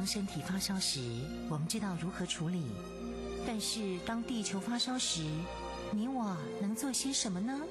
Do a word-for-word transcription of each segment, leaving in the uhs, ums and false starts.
身体发烧时，我们知道如何处理，但是当地球发烧时，你我能做些什么呢？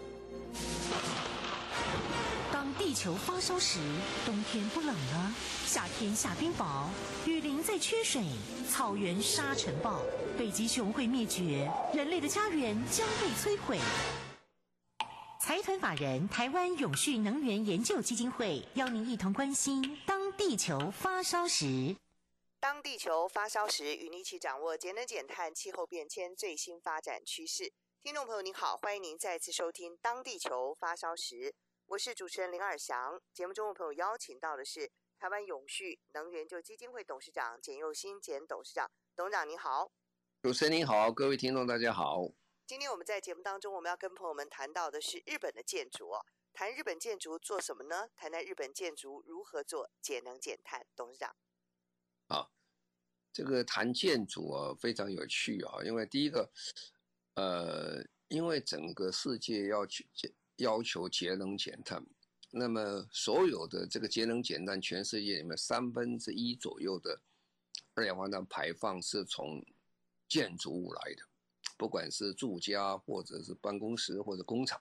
当地球发烧时，冬天不冷了，夏天下冰雹，雨林在缺水，草原沙尘暴，北极熊会灭绝，人类的家园将被摧毁。财团法人台湾永续能源研究基金会邀您一同关心当地球发烧时。 当地球发烧时，与您一起掌握节能减碳、气候变迁最新发展趋势。听众朋友您好，欢迎您再次收听《当地球发烧时》，我是主持人林尔翔。节目中的朋友邀请到的是台湾永续能源研究基金会董事长简佑新简董事长。董事长您好。 主持人您好，各位听众大家好。 今天我们在节目当中，我们要跟朋友们谈到的是日本的建筑哦。谈日本建筑做什么呢？谈谈日本建筑如何做节能减碳。董事长， 啊，这个谈建筑啊非常有趣啊，因为第一个，呃，因为整个世界要求要求节能减碳，那么所有的这个节能减碳，全世界里面三分之一左右的二氧化碳排放是从建筑物来的。不管是住家或者是办公室或者工厂，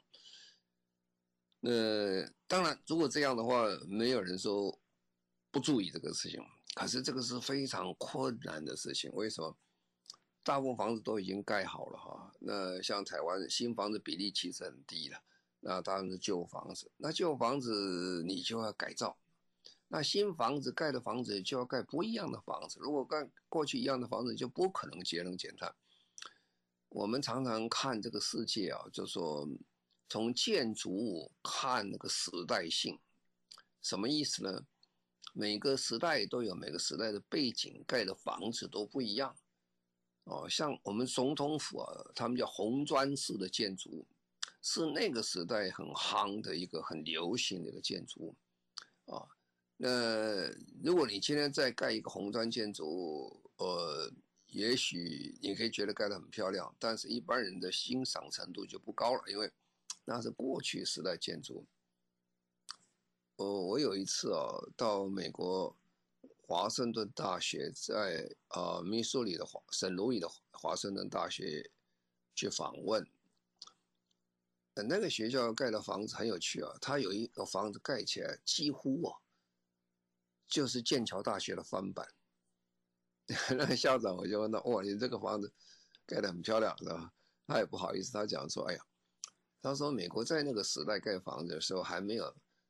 那当然如果这样的话，没有人说不注意这个事情，可是这个是非常困难的事情。为什么？大部分房子都已经盖好了哈，那像台湾新房子比例其实很低了，那当然是旧房子，那旧房子你就要改造，那新房子盖的房子就要盖不一样的房子，如果盖过去一样的房子就不可能节能减碳。我们常常看这个世界啊，就说从建筑物看那个时代性，什么意思呢？每个时代都有每个时代的背景，盖的房子都不一样。哦，像我们总统府啊，他们叫红砖式的建筑物，是那个时代很夯的一个很流行的一个建筑物啊。那如果你今天再盖一个红砖建筑物，呃。也许你可以觉得盖得很漂亮，但是一般人的欣赏程度就不高了，因为那是过去时代建筑。哦，我有一次啊，到美国华盛顿大学在啊密苏里的圣路易的华盛顿大学去访问，那个学校盖的房子很有趣啊，它有一个房子盖起来几乎啊就是剑桥大学的翻版。那个校长我就问他，哇，你这个房子盖得很漂亮，是吧？他也不好意思，他讲说，哎呀，他说美国在那个时代盖房子的时候还没有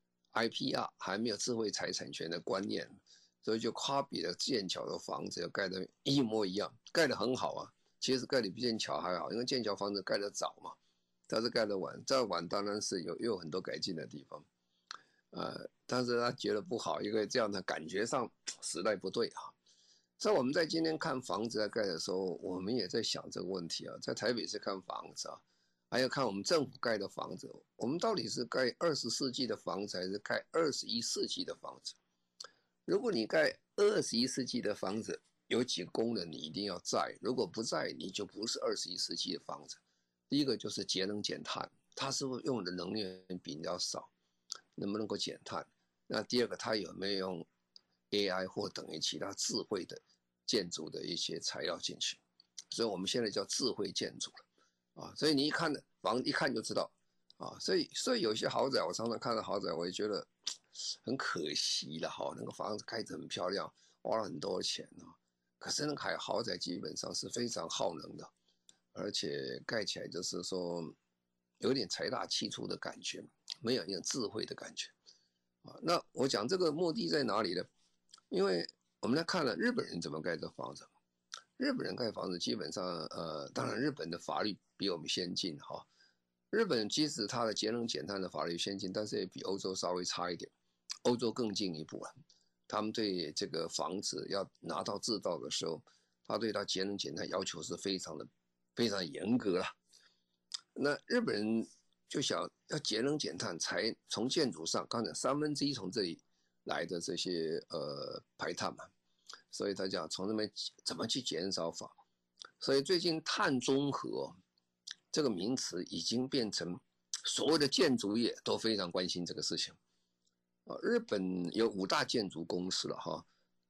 I P R， 还没有智慧财产权的观念，所以就夸比了剑桥的房子，盖得一模一样，盖得很好啊。其实盖得比剑桥还好，因为剑桥房子盖得早嘛，但是盖得晚，再晚当然是有又有很多改进的地方，呃，但是他觉得不好，因为这样的感觉上时代不对啊。所以我们在今天看房子在盖的时候，我们也在想这个问题啊。在台北市看房子啊，还要看我们政府盖的房子，我们到底是盖二十世纪的房子，还是盖二十一世纪的房子？如果你盖二十一世纪的房子，有几个功能你一定要在，如果不在，你就不是二十一世纪的房子。第一个就是节能减碳，它是不是用的能源比较少，能不能够减碳？那第二个，它有没有用A I 或等于其他智慧的建筑的一些材料进去，所以我们现在叫智慧建筑了啊。所以你一看房一看就知道啊。所以所以有些豪宅，我常常看到豪宅，我也觉得很可惜了哈。那个房子盖得很漂亮，花了很多钱啊，可是那个豪宅基本上是非常耗能的，而且盖起来就是说有点财大气粗的感觉，没有那种智慧的感觉啊。那我讲这个目的在哪里呢？因为我们来看了日本人怎么盖这房子，日本人盖房子基本上，呃，当然日本的法律比我们先进哈。日本即使它的节能减碳的法律先进，但是也比欧洲稍微差一点，欧洲更进一步了。他们对这个房子要拿到制造的时候，他对它节能减碳要求是非常的非常严格了。那日本人就想要节能减碳，才从建筑上，刚才三分之一从这里来的这些呃排碳嘛，所以他讲从那边怎么去减少法，所以最近碳中和这个名词已经变成所有的建筑业都非常关心这个事情啊。日本有五大建筑公司了哈，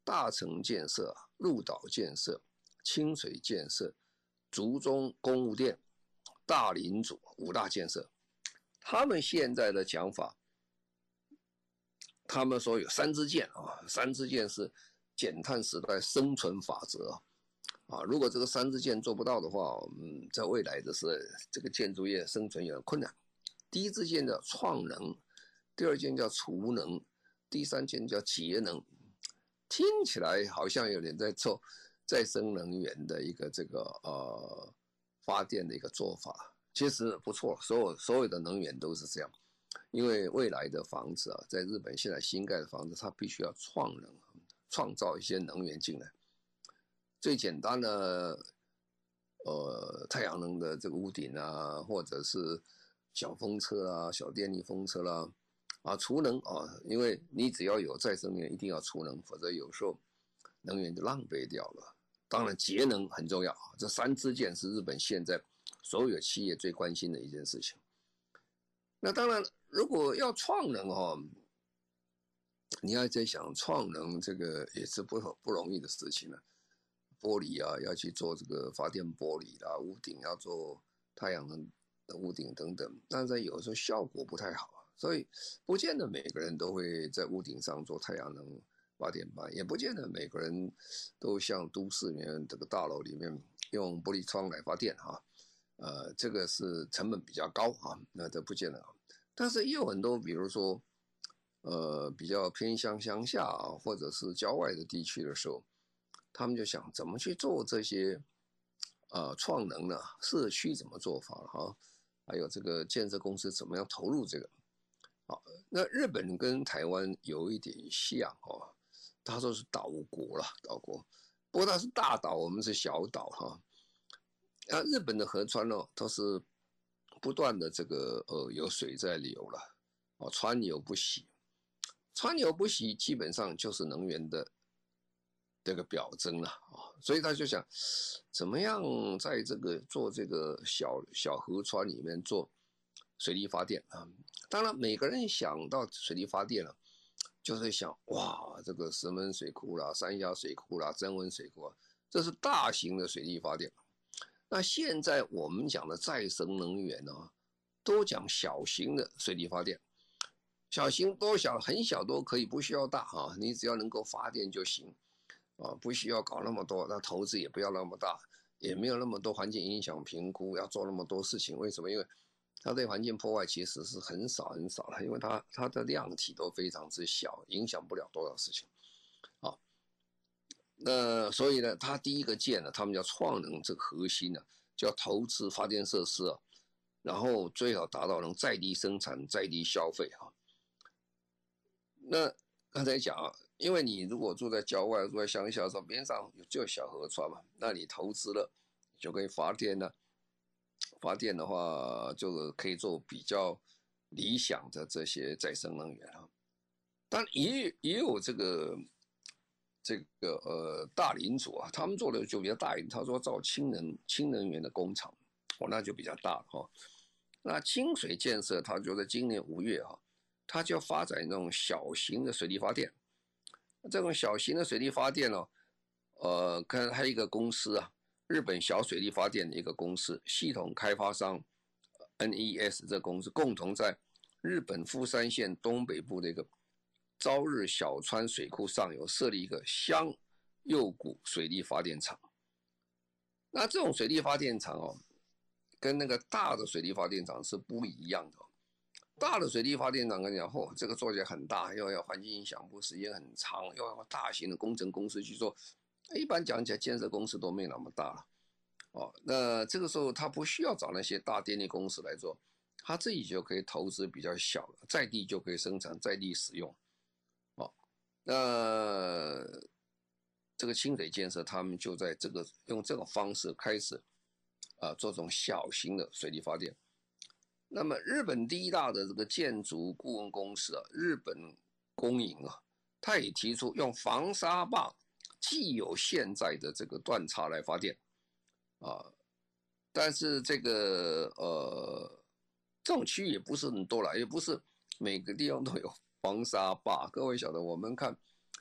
大城建设、鹿岛建设、清水建设、竹中公务电、大林组五大建设。他们现在的讲法，他们说有三支箭啊，三支箭是减碳时代生存法则啊。如果这个三支箭做不到的话，嗯，在未来的是这个建筑业生存有点困难。第一支箭叫创能，第二箭叫储能，第三箭叫节能。听起来好像有点在做再生能源的一个这个呃发电的一个做法。其实不错，所有所有的能源都是这样，因为未来的房子啊，在日本现在新盖的房子，它必须要创能，创造一些能源进来。最简单的，呃，太阳能的这个屋顶啊，或者是小风车啊、小电力风车啦、啊，啊，储能啊，因为你只要有再生能源，一定要储能，否则有时候能源就浪费掉了。当然，节能很重要，这三支箭是日本现在所有企业最关心的一件事情。那当然，如果要创能哦，你要在想创能这个也是不不容易的事情了。玻璃啊，要去做这个发电玻璃啦，屋顶要做太阳能的屋顶等等，但是有时候效果不太好，所以不见得每个人都会在屋顶上做太阳能发电板，也不见得每个人都像都市里面这个大楼里面用玻璃窗来发电哈。呃，这个是成本比较高啊，那这不见得。但是也有很多，比如说，呃，比较偏乡乡下啊，或者是郊外的地区的时候，他们就想怎么去做这些，呃，创能呢？社区怎么做法哈？还有这个建设公司怎么样投入这个？好，那日本跟台湾有一点像哦，他说是岛国啦，岛国，不过它是大岛，我们是小岛哈。啊，日本的河川哦，都是不断的这个呃有水在流了，哦，川流不息，川流不息基本上就是能源的这个表征了啊，所以他就想怎么样在这个做这个小小河川里面做水力发电啊。当然，每个人想到水力发电了，就是想哇，这个石门水库啦、三峡水库啦、曾文水库啊，这是大型的水力发电。那现在我们讲的再生能源呢、啊，都讲小型的水力发电，小型多小很小都可以，不需要大啊，你只要能够发电就行啊，不需要搞那么多，那投资也不要那么大，也没有那么多环境影响评估，要做那么多事情。为什么？因为它对环境破坏其实是很少很少了，因为它它的量体都非常之小，影响不了多少事情啊。那所以呢，他第一个建呢，他们叫创能这个核心呢，叫投资发电设施啊，然后最好达到能在地生产、在地消费啊。那刚才讲啊，因为你如果住在郊外、住在乡下的时候，边上就小河川嘛，那你投资了就可以发电了。发电的话，就可以做比较理想的这些再生能源啊。但也也有这个。这个呃大林组啊，他们做的就比较大一点。他说造氢能氢能源的工厂，哦，那就比较大了哈、哦。那清水建设，他就在今年五月哈、啊，他就要发展那种小型的水力发电。这种小型的水力发电呢、哦，呃，看还有一个公司啊，日本小水力发电的一个公司，系统开发商 N E S 这个公司共同在日本富山县东北部的一个。朝日小川水库上游设立一个乡右谷水力发电厂。那这种水力发电厂哦，跟那个大的水力发电厂是不一样的、哦。大的水力发电厂跟你讲，哦，这个做起来很大，又要环境影响不时间很长，又要大型的工程公司去做。一般讲起来，建设公司都没那么大了。哦，那这个时候他不需要找那些大电力公司来做，他自己就可以投资比较小的，在地就可以生产，在地使用。那这个清水建设，他们就在这个用这种方式开始啊做这种小型的水力发电。那么日本第一大的这个建筑顾问公司啊，日本公营啊，他也提出用防沙坝既有现在的这个断差来发电啊，但是这个呃这种区域也不是很多了，也不是每个地方都有。防沙坝，各位晓得，我们看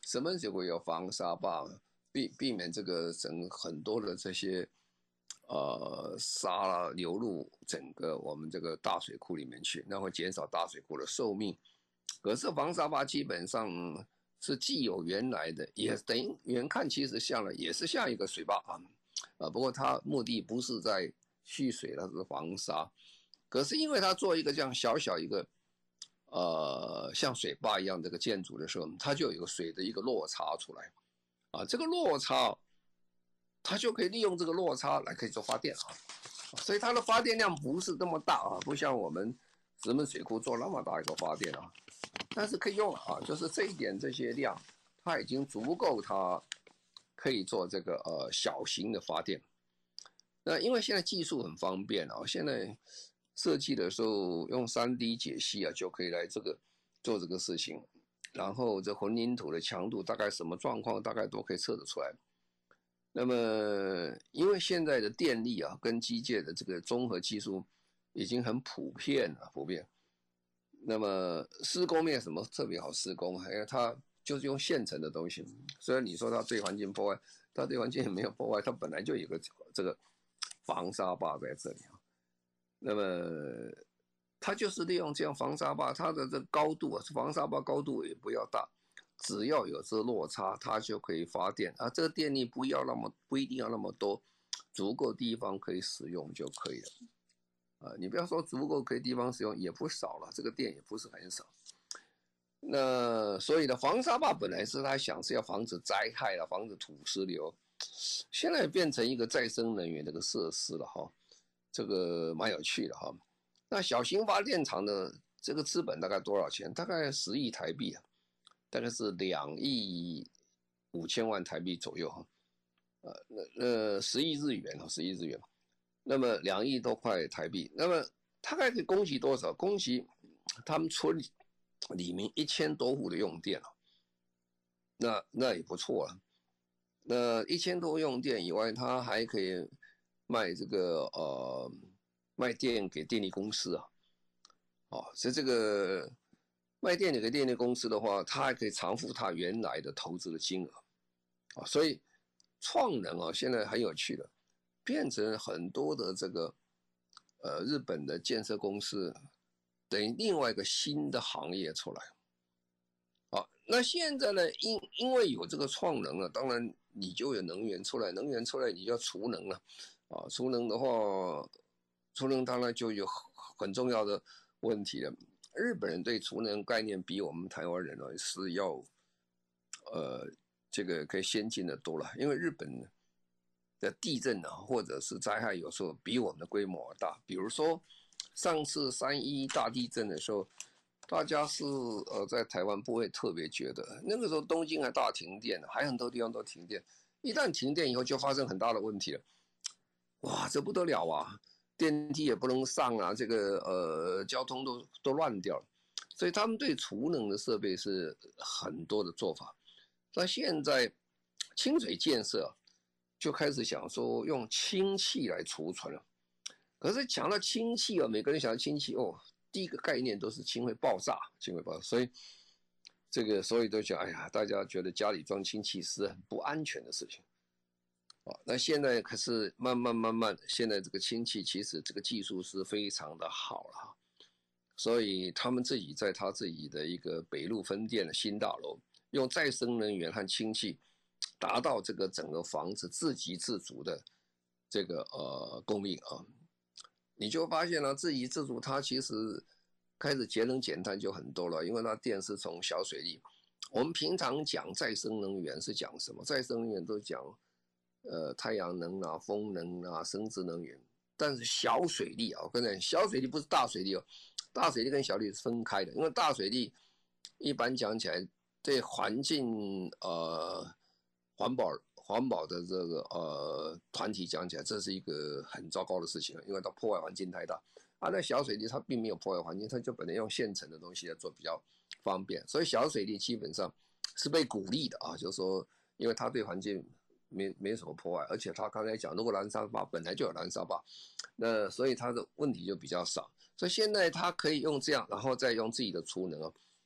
石门水库有防沙坝，避避免这个整很多的这些呃沙流入整个我们这个大水库里面去，那会减少大水库的寿命。可是防沙坝基本上是既有原来的，也等于远看其实像了，也是像一个水坝啊，啊，不过它目的不是在蓄水，它是防沙。可是因为它做一个这样小小一个。呃，像水坝一样这个建筑的时候，它就有一个水的一个落差出来，啊，这个落差，它就可以利用这个落差来可以做发电啊，所以它的发电量不是那么大啊，不像我们石门水库做那么大一个发电啊，但是可以用了啊，就是这一点这些量，它已经足够它可以做这个呃小型的发电。那因为现在技术很方便啊，现在。设计的时候用 三 D 解析啊，就可以来这个做这个事情，然后这混凝土的强度大概什么状况，大概都可以测得出来。那么因为现在的电力啊跟机械的这个综合技术已经很普遍了，普遍。那么施工面什么特别好施工，因为它就是用现成的东西，虽然你说它对环境破坏，它对环境也没有破坏，它本来就有个这个防沙坝在这里啊。那么，它就是利用这样防沙坝，它的这个高度啊，防沙坝高度也不要大，只要有这落差，它就可以发电啊。这个电力不要那么不一定要那么多，足够地方可以使用就可以了。啊，你不要说足够可以地方使用，也不少了，这个电也不是很少。那所以呢，防沙坝本来是他想是要防止灾害了，防止土石流，现在变成一个再生能源这个设施了哈。这个蛮有趣的哈，那小型发电厂的这个资本大概多少钱？大概十亿台币啊，大概是两亿五千万台币左右哈，呃，那呃十亿日元哈，十亿日元，那么两亿多块台币，那么大概可以供给多少？供给他们村里面一千多户的用电啊，那那也不错了。那一千多用电以外，它还可以。卖这个呃卖电给电力公司啊，哦，所以这个卖电给电力公司的话，它还可以偿付它原来的投资的金额啊，所以创能啊现在很有趣的，变成很多的这个呃日本的建设公司，等于另外一个新的行业出来。啊，那现在呢，因因为有这个创能了，当然你就有能源出来，能源出来你就要储能了。啊，储能的话，储能当然就有很重要的问题了。日本人对储能概念比我们台湾人呢是要，呃，这个可以先进的多了。因为日本的地震啊，或者是灾害，有时候比我们的规模大。比如说上次三一大地震的时候，大家是呃在台湾不会特别觉得，那个时候东京还大停电，还很多地方都停电。一旦停电以后，就发生很大的问题了。哇，这不得了啊！电梯也不能上啊，这个呃交通都都乱掉了，所以他们对储能的设备是很多的做法。那现在清水建设就开始想说用氢气来储存了。可是讲到氢气啊，每个人想到氢气哦，第一个概念都是氢会爆炸，氢会爆炸，所以这个所以都讲，哎呀，大家觉得家里装氢气是很不安全的事情。哦，那现在可是慢慢慢慢，现在这个氢气其实这个技术是非常的好了，所以他们自己在他自己的一个北路分店的新大楼，用再生能源和氢气，达到这个整个房子自给自足的这个呃供应啊，你就发现了自给自足，它其实开始节能减碳就很多了，因为它电是从小水力。我们平常讲再生能源是讲什么？再生能源都讲。呃，太阳能啊，风能啊，生质能源，但是小水力啊，我跟你讲，小水力不是大水力哦，大水力跟小水力是分开的，因为大水力一般讲起来对环境呃环保环保的这个呃团体讲起来，这是一个很糟糕的事情，因为它破坏环境太大。啊，那小水力它并没有破坏环境，它就本来用现成的东西来做比较方便，所以小水力基本上是被鼓励的啊，就是说，因为它对环境。没没什么破坏，而且他刚才讲，如果拦沙坝本来就有拦沙坝，那所以他的问题就比较少。所以现在他可以用这样，然后再用自己的储能啊，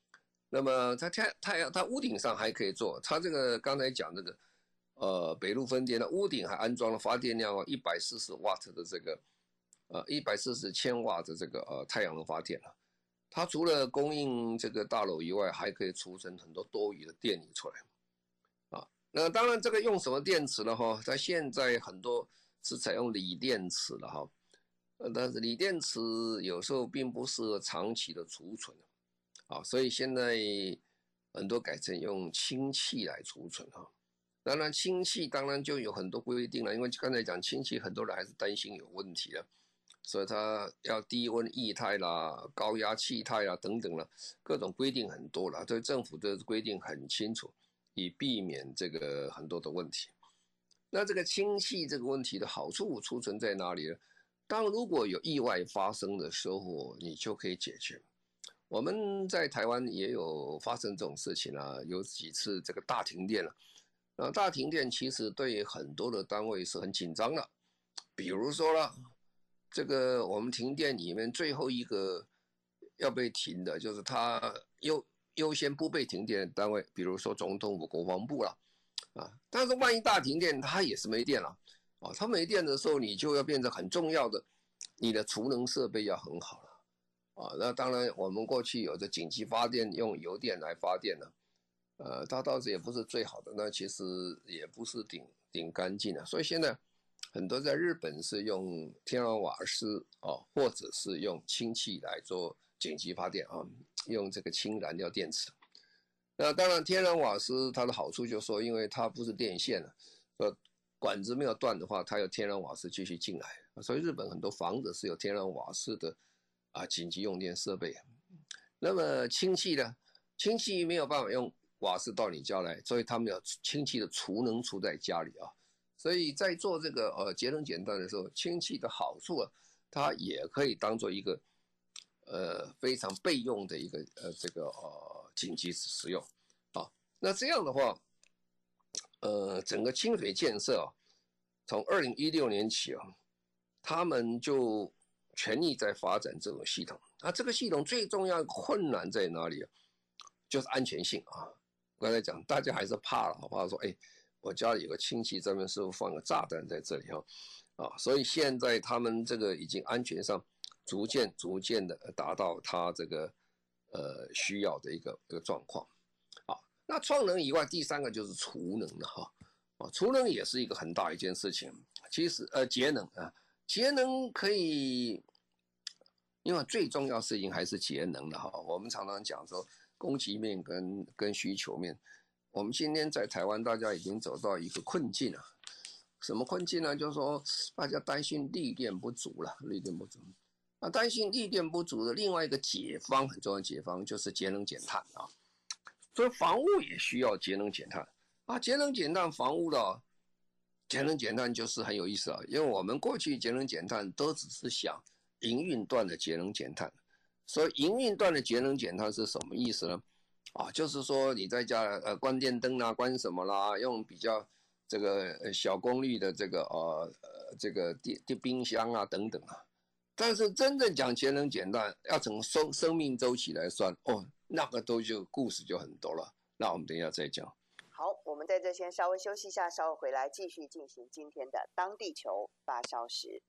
那么它太太阳它屋顶上还可以做，它这个刚才讲这个，呃，北陆分店的屋顶还安装了发电量哦一百四十瓦的这个，呃一百四十千瓦的这个呃太阳能发电了。它除了供应这个大楼以外，还可以储存很多多余的电力出来。啊，那当然这个用什么电池了哈？它现在很多是采用锂电池了哈，呃，但是锂电池有时候并不适合长期的储存。啊，所以现在很多改成用氢气来储存哈。当然，氢气当然就有很多规定了，因为刚才讲氢气，很多人还是担心有问题的，所以它要低温液态啦、高压气态啦等等啦，各种规定很多了。对政府的规定很清楚，以避免这个很多的问题。那这个氢气这个问题的好处储存在哪里呢？当如果有意外发生的时候，你就可以解决。我们在台湾也有发生这种事情啊，有几次这个大停电了。那大停电其实对很多的单位是很紧张的，比如说了，这个我们停电里面最后一个要被停的，就是它优优先不被停电的单位，比如说总统府、国防部了，啊，但是万一大停电，它也是没电了，啊，它没电的时候，你就要变成很重要的，你的储能设备要很好了。啊，那当然，我们过去有的紧急发电用油电来发电呢，呃，它倒是也不是最好的，那其实也不是顶顶干净的，所以现在很多在日本是用天然瓦斯哦，或者是用氢气来做紧急发电啊，用这个氢燃料电池。那当然，天然瓦斯它的好处就是说，因为它不是电线了，呃，管子没有断的话，它有天然瓦斯继续进来，所以日本很多房子是有天然瓦斯的。啊，紧急用电设备。那么氢气呢？氢气没有办法用瓦斯到你家来，所以他们要氢气的储能储在家里啊。所以在做这个呃节能减碳的时候，氢气的好处啊，它也可以当做一个呃非常备用的一个呃这个呃紧急使用啊。那这样的话，呃，整个清水建设啊，从二零一六年起啊，他们就全力在发展这种系统。啊，这个系统最重要的困难在哪里啊？就是安全性啊。刚才讲，大家还是怕了，怕说，哎，我家里有个亲戚这边是不是放个炸弹在这里哈？啊，所以现在他们这个已经安全上逐渐逐渐的达到他这个呃需要的一个一个状况。啊，那创能以外，第三个就是储能了哈。啊，储能也是一个很大一件事情。其实呃节能啊，节能可以。因为最重要事情还是节能的哈。我们常常讲说供给面跟跟需求面，我们今天在台湾大家已经走到一个困境了。什么困境呢？就是说大家担心绿电不足了，绿电不足。那担心绿电不足的另外一个解方，很重要的解方就是节能减碳啊。所以房屋也需要节能减碳啊。节能减碳房屋的节能减碳就是很有意思啊，因为我们过去节能减碳都只是想营运段的节能减碳，所以营运段的节能减碳是什么意思呢？啊，就是说你在家呃关电灯啦、关什么啦，用比较这个小功率的这个呃呃这个电电冰箱啊等等啊。但是真正讲节能减碳，要从生生命周期来算，哦，那个都就故事就很多了。那我们等一下再讲。 好，我们在这先稍微休息一下，稍后回来继续进行今天的当地球发烧时。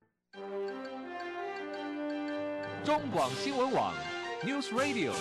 中广新闻网 News Radio，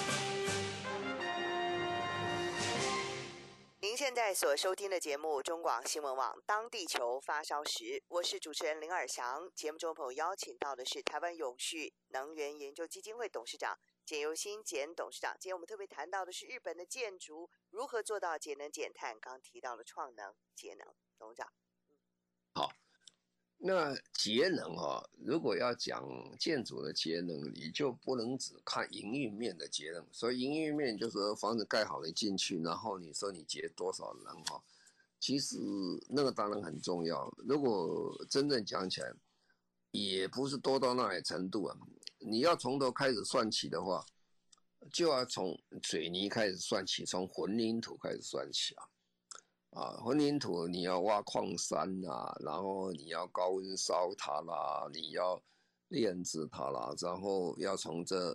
您现在所收听的节目中广新闻网当地球发烧时，我是主持人林尔翔。节目中朋友邀请到的是台湾永续能源研究基金会董事长简尤新简董事长。今天我们特别谈到的是日本的建筑如何做到节能减碳，刚提到了创能节能，董事长。 好。那节能啊，如果要讲建筑的节能，你就不能只看营运面的节能。所以营运面就是说房子盖好了进去，然后你说你节多少能哈，其实那个当然很重要。如果真正讲起来，也不是多到那里程度啊。你要从头开始算起的话，就要从水泥开始算起，从混凝土开始算起啊。啊，混凝土你要挖矿山啦，然后你要高温烧它啦，你要炼制它啦，然后要从这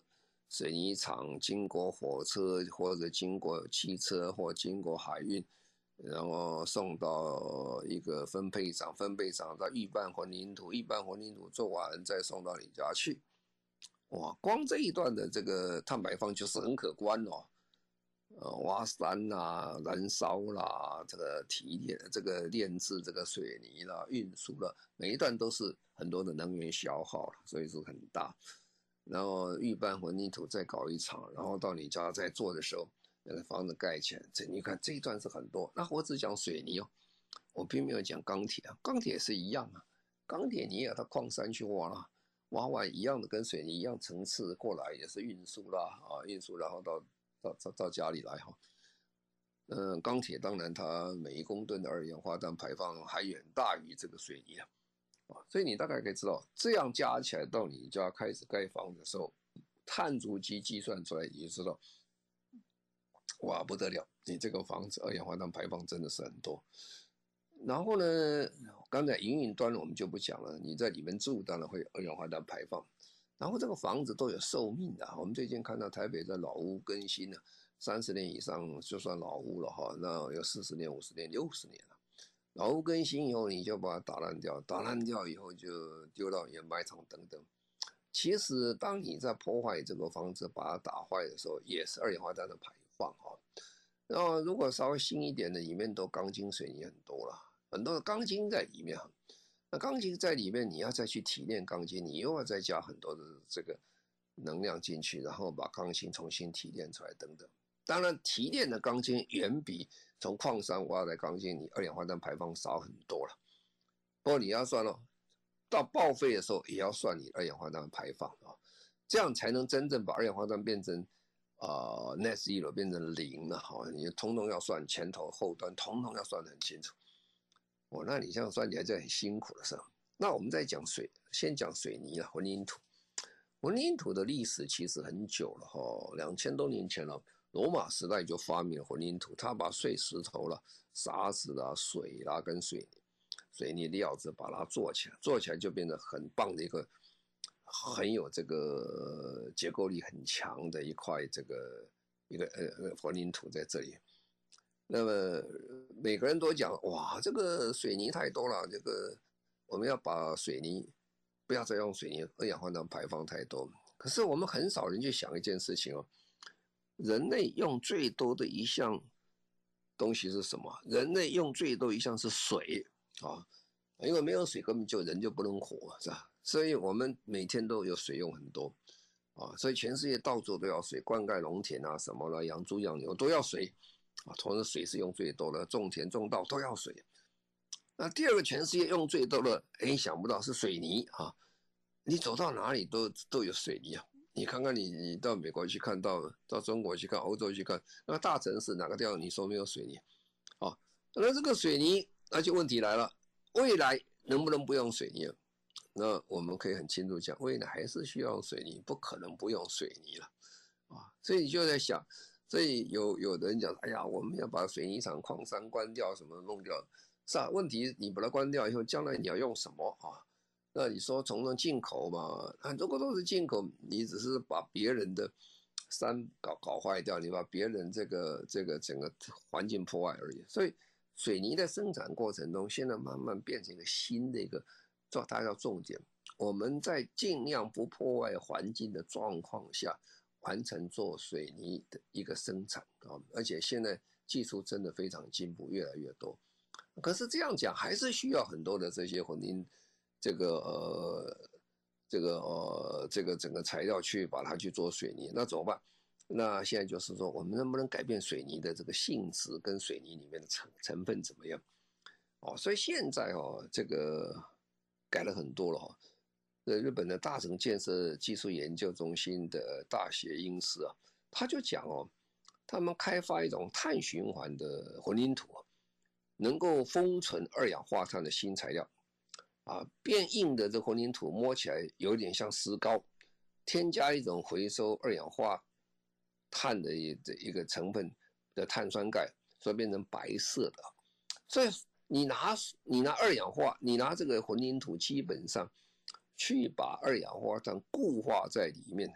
水泥厂，经过火车或者经过汽车或经过海运，然后送到一个分配厂，分配厂再预拌混凝土，预拌混凝土做完再送到你家去。哇，光这一段的这个碳排放就是很可观哦。呃，挖山啦、燃烧啦、这个提炼、这个炼制这个水泥啦、运输啦，每一段都是很多的能源消耗了，所以说很大。然后预拌混凝土再搞一场，然后到你家再做的时候，那个房子盖起来，这你看这一段是很多。那我只讲水泥哦，我并没有讲钢铁啊，钢铁也是一样啊，钢铁你也要到矿山去挖啦，挖完一样的跟水泥一样层次过来，也是运输啦啊，运输然后到。到, 到, 到家里来哈，嗯，钢铁当然它每一公吨的二氧化碳排放还远大于这个水泥啊，所以你大概可以知道，这样加起来到你家开始盖房的时候，碳足迹计算出来你就知道，哇不得了，你这个房子二氧化碳排放真的是很多。然后呢，刚才营运端我们就不讲了，你在里面住当然会有二氧化碳排放。然后这个房子都有寿命的，我们最近看到台北的老屋更新了，三十年以上就算老屋了哈，那有四十年、五十年、六十年了。老屋更新以后，你就把它打烂掉，打烂掉以后就丢到掩埋场等等。其实当你在破坏这个房子，把它打坏的时候，也是二氧化碳的排放哈。然后如果稍微新一点的，里面都钢筋水泥很多了，很多的钢筋在里面哈。那钢筋在里面，你要再去提炼钢筋，你又要再加很多的这个能量进去，然后把钢筋重新提炼出来等等。当然，提炼的钢筋远比从矿山挖的钢筋，你二氧化碳排放少很多了。不过你要算哦，到报废的时候也要算你二氧化碳排放啊，这样才能真正把二氧化碳变成啊、呃、net zero 变成零了哈。你通通要算前头后端，通通要算得很清楚。哦，那你这样算起来就很辛苦了是吧？那我们再讲水，先讲水泥了，混凝土。混凝土的历史其实很久了哈，两千多年前了，罗马时代就发明了混凝土，他把碎石头啦、沙子啦、水啦跟水泥、水泥料子把它做起来，做起来就变得很棒的一个，很有这个结构力很强的一块这个一个呃混凝土在这里。那么每个人都讲哇，这个水泥太多了，这个我们要把水泥不要再用水泥，二氧化碳排放太多。可是我们很少人去想一件事情哦，人类用最多的一项东西是什么？人类用最多一项是水啊，因为没有水根本就人就不能活，是吧？所以我们每天都有水用很多啊，所以全世界到处都要水，灌溉农田啊什么的，养猪养牛都要水。啊，同时水是用最多的，种田种稻都要水。那第二个全世界用最多的，哎，想不到是水泥啊！你走到哪里都都有水泥啊！你看看你你到美国去看到，到中国去看，欧洲去看，那大城市哪个地方你说没有水泥？啊，那这个水泥，那就问题来了，未来能不能不用水泥？那我们可以很清楚讲，未来还是需要水泥，不可能不用水泥了啊！所以你就在想。所以有有的人讲，哎呀，我们要把水泥厂、矿山关掉，什么弄掉，是啊。问题你把它关掉以后，将来你要用什么啊？那你说从中进口嘛？很多个都是进口，你只是把别人的山搞搞坏掉，你把别人这个这个整个环境破坏而已。所以水泥的生产过程中，现在慢慢变成一个新的一个，做大家重点。我们在尽量不破坏环境的状况下。完成做水泥的一个生产啊，而且现在技术真的非常进步，越来越多。可是这样讲还是需要很多的这些混凝这个呃这个呃这个整个材料去把它去做水泥，那怎么办？那现在就是说，我们能不能改变水泥的这个性质跟水泥里面的成成分怎么样？哦，所以现在哦这个改了很多了哈。日本的大成建设技术研究中心的大学英师啊，他就讲哦，他们开发一种碳循环的混凝土，能够封存二氧化碳的新材料啊，变硬的这混凝土摸起来有点像石膏，添加一种回收二氧化碳的一个成分的碳酸钙，所以变成白色的。所以你拿你拿二氧化，你拿这个混凝土基本上。去把二氧化碳固化在里面，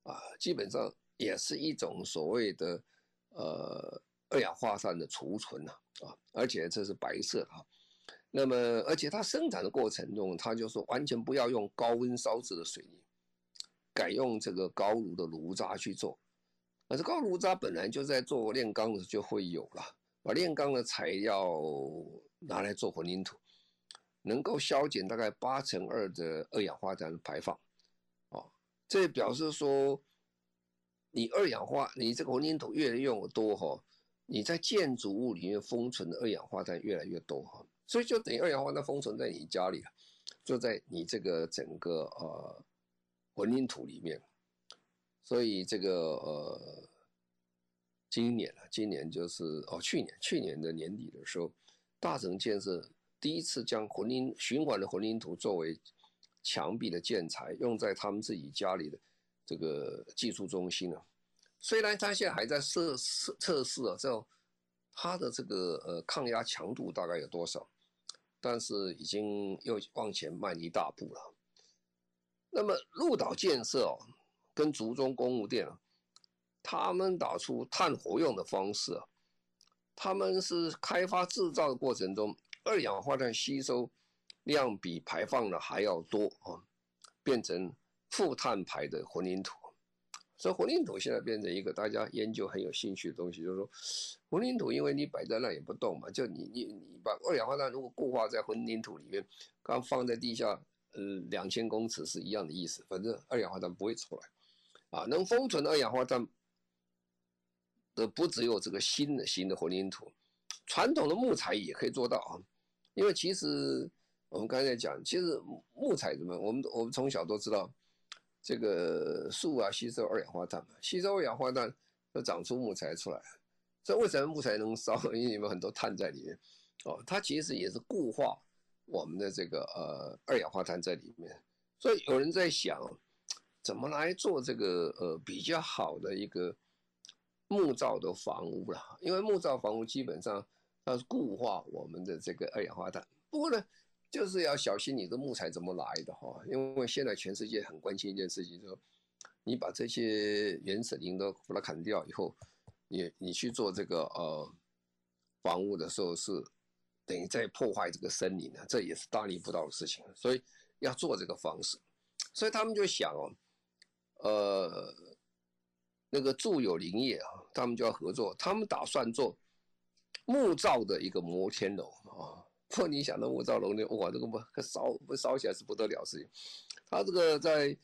啊，基本上也是一种所谓的呃二氧化碳的储存啊，啊，而且这是白色的啊。那么，而且它生产的过程中，它就说完全不要用高温烧制的水泥，改用这个高炉的炉渣去做。而这高炉渣本来就在做炼钢的时候就会有了，把炼钢的材料拿来做混凝土，能够消减大概八成二的二氧化碳排放。哦，这表示说，你二氧化，你这个混凝土越来越用的多哈，你在建筑物里面封存的二氧化碳越来越多哈，所以就等于二氧化碳封存在你家里了，就在你这个整个呃混凝土里面。所以这个呃，今年啊，今年就是哦，去年去年的年底的时候，大成建设第一次将混凝循环的混凝土作为墙壁的建材，用在他们自己家里的这个技术中心啊。虽然他现在还在测试测试啊，这种它的这个呃抗压强度大概有多少，但是已经又往前迈一大步了。那么鹿岛建设哦。跟竹中公务店啊，他们打出碳活用的方式啊，他们是开发制造的过程中，二氧化碳吸收量比排放的还要多啊，变成负碳排的混凝土。所以混凝土现在变成一个大家研究很有兴趣的东西，就是说混凝土因为你摆在那也不动嘛，就你你你把二氧化碳如果固化在混凝土里面，刚放在地下呃两千公尺是一样的意思，反正二氧化碳不会出来。啊，能封存二氧化碳的不只有这个新的新的混凝土，传统的木材也可以做到啊。因为其实我们刚才讲，其实木材怎么，我们我们从小都知道，这个树啊吸收二氧化碳嘛，吸收二氧化碳就长出木材出来。所以为什么木材能烧？因为有很多碳在里面哦，它其实也是固化我们的这个呃二氧化碳在里面。所以有人在想，怎么来做这个呃比较好的一个木造的房屋啦？因为木造房屋基本上它是固化我们的这个二氧化碳。不过呢，就是要小心你的木材怎么来的哈，因为现在全世界很关心一件事情，就是你把这些原始林都把它砍掉以后，你你去做这个呃房屋的时候是等于在破坏这个森林啊，这也是大逆不道的事情，所以要做这个方式。所以他们就想哦。呃，那个住友林业啊，他们就要合作，他们打算做木造的一个摩天楼啊。不过你想到木造楼呢，哇，这个不烧不烧起来是不得了的事情。他这个在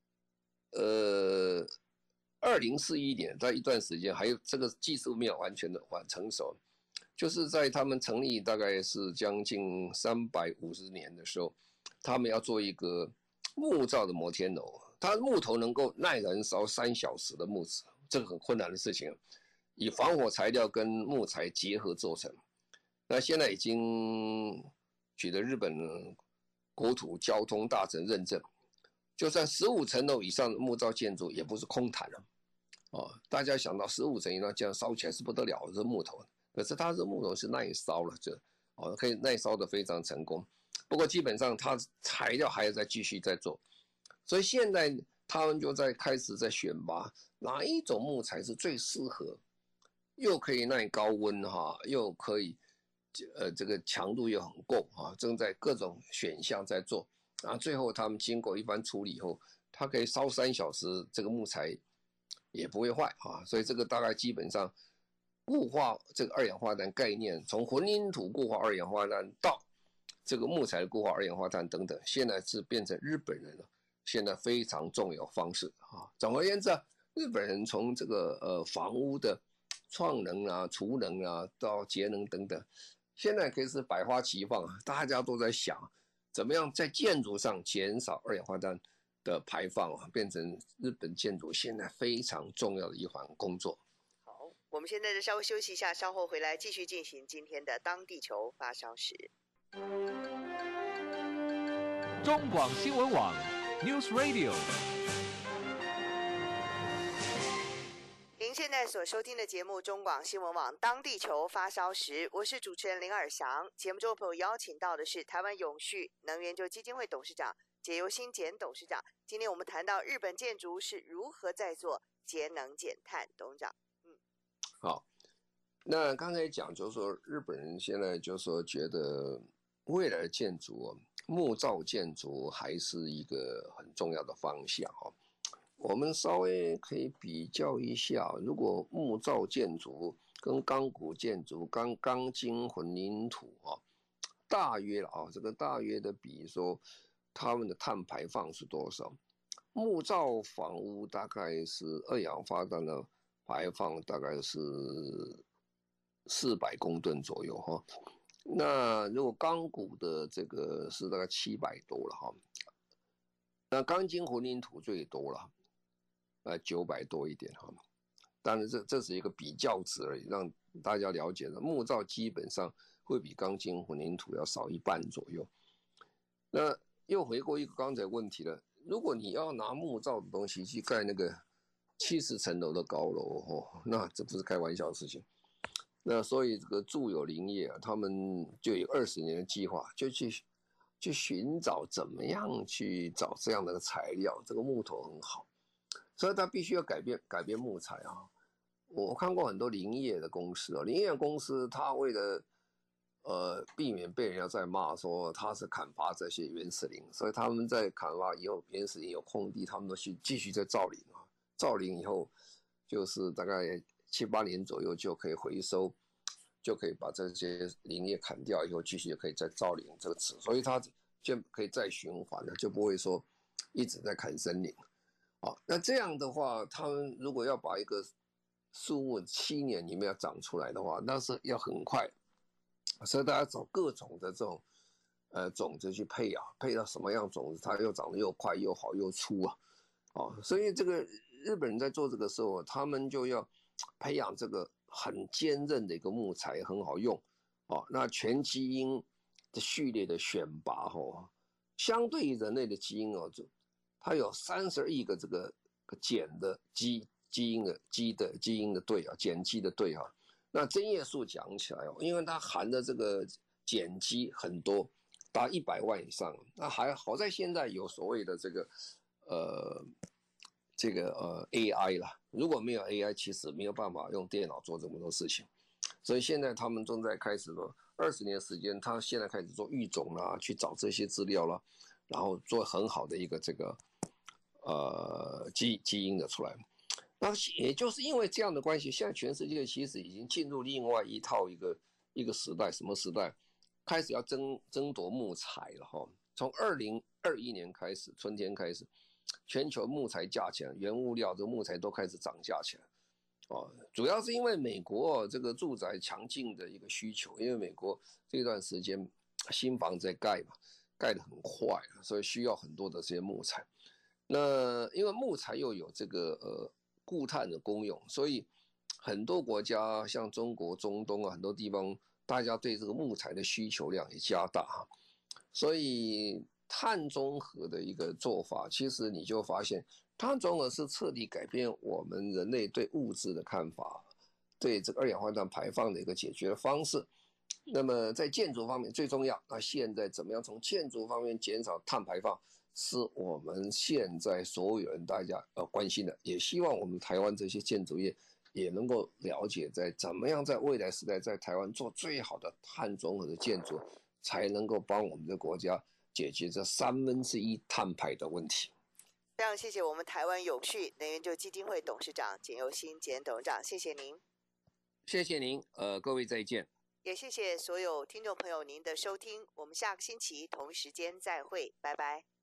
呃二零四一年，在一段时间，还有这个技术没有完全的完成熟，就是在他们成立大概是将近三百五十年的时候，他们要做一个木造的摩天楼。它木头能够耐燃烧三小时的木质，这个很困难的事情，以防火材料跟木材结合做成。那现在已经取得日本国土交通大臣认证，就算十五层楼以上的木造建筑也不是空谈了。哦，大家想到十五层以上这样烧起来是不得了的，这木头，可是它这木头是耐烧了，就哦可以耐烧的非常成功。不过基本上它材料还要再继续再做。所以现在他们就在开始在选拔哪一种木材是最适合，又可以耐高温哈，又可以呃这个强度又很够啊，正在各种选项在做啊。最后他们经过一番处理以后，它可以烧三小时，这个木材也不会坏啊。所以这个大概基本上固化这个二氧化碳概念，从混凝土固化二氧化碳到这个木材固化二氧化碳等等，现在是变成日本人了。现在非常重要方式啊。总而言之啊，日本人从这个呃房屋的创能啊、储能啊到节能等等，现在可以是百花齐放啊，大家都在想怎么样在建筑上减少二氧化碳的排放啊，变成日本建筑现在非常重要的一环工作。 好，我们现在就稍微休息一下，稍后回来继续进行今天的当地球发烧时。 中广新闻网 News Radio。 您现在所收听的节目中广新闻网当地球发烧时，我是主持人林尔翔。节目中朋友邀请到的是台湾永续能源就基金会董事长简由新简董事长。今天我们谈到日本建筑是如何在做节能减碳，董事长。嗯， 好，那刚才讲就是说，日本人现在就是说觉得未来的建筑哦，木造建筑还是一个很重要的方向哦。我们稍微可以比较一下，如果木造建筑跟钢骨建筑、钢钢筋混凝土啊，大约了啊，这个大约的比说，他们的碳排放是多少？木造房屋大概是二氧化碳的排放大概是四百公吨左右哈。那如果钢骨的这个是大概七百多了哈。那钢筋混凝土最多了，呃九百多一点哈。当然这这是一个比较值而已，让大家了解的。木造基本上会比钢筋混凝土要少一半左右。那又回过一个刚才问题了，如果你要拿木造的东西去盖那个七十层楼的高楼哦，那这不是开玩笑的事情。那所以这个住友林业啊，他们就有二十年的计划，就去去寻找怎么样去找这样的材料，这个木头很好，所以他必须要改变改变木材啊。我看过很多林业的公司啊，林业公司他为了呃避免被人家在骂说他是砍伐这些原始林，所以他们在砍伐以后，原始林有空地，他们都去继续在造林啊。造林以后，就是大概七八年左右就可以回收，就可以把这些林业砍掉以后，继续就可以再造林这个词，所以它就可以再循环了，就不会说一直在砍森林。啊，那这样的话，他们如果要把一个树木七年里面要长出来的话，那是要很快，所以大家找各种的这种呃种子去配啊，配到什么样种子，它又长得又快又好又粗啊，啊，所以这个日本人在做这个时候，他们就要培养这个很坚韧的一个木材，很好用啊。那全基因的序列的选拔哦，相对于人类的基因哦，就它有三十亿个这个碱的基基因的基的基因的对啊，碱基的对啊。那针叶树讲起来哦，因为它含的这个碱基很多，达一百万以上。那还好在现在有所谓的这个呃这个呃 A I 啦，如果没有 A I， 其实没有办法用电脑做这么多事情。所以现在他们正在开始了二十年时间，他现在开始做育种啦，去找这些资料啦，然后做很好的一个这个呃基基因的出来。那也就是因为这样的关系，现在全世界其实已经进入另外一套一个一个时代，什么时代？开始要争争夺木材了哈。从二零二一年开始，春天开始，全球木材价钱、原物料这木材都开始涨价起来。哦，主要是因为美国、哦、这个住宅强劲的一个需求，因为美国这段时间新房在盖嘛，盖得很快，所以需要很多的这些木材。那因为木材又有这个呃固碳的功用，所以很多国家像中国、中东啊，很多地方大家对这个木材的需求量也加大，所以碳中和的一个做法，其实你就发现碳中和是彻底改变我们人类对物质的看法，对这个二氧化碳排放的一个解决方式。那么在建筑方面最重要，那现在怎么样从建筑方面减少碳排放，是我们现在所有人大家呃关心的，也希望我们台湾这些建筑业也能够了解，在怎么样在未来时代在台湾做最好的碳中和的建筑，才能够帮我们的国家解决这三分之一碳排的问题。 非常谢谢我们台湾永续能源基金会董事长简由新简董事长，谢谢您。 谢谢您，呃，各位再见。 也谢谢所有听众朋友您的收听，我们下个星期同一时间再会，拜拜。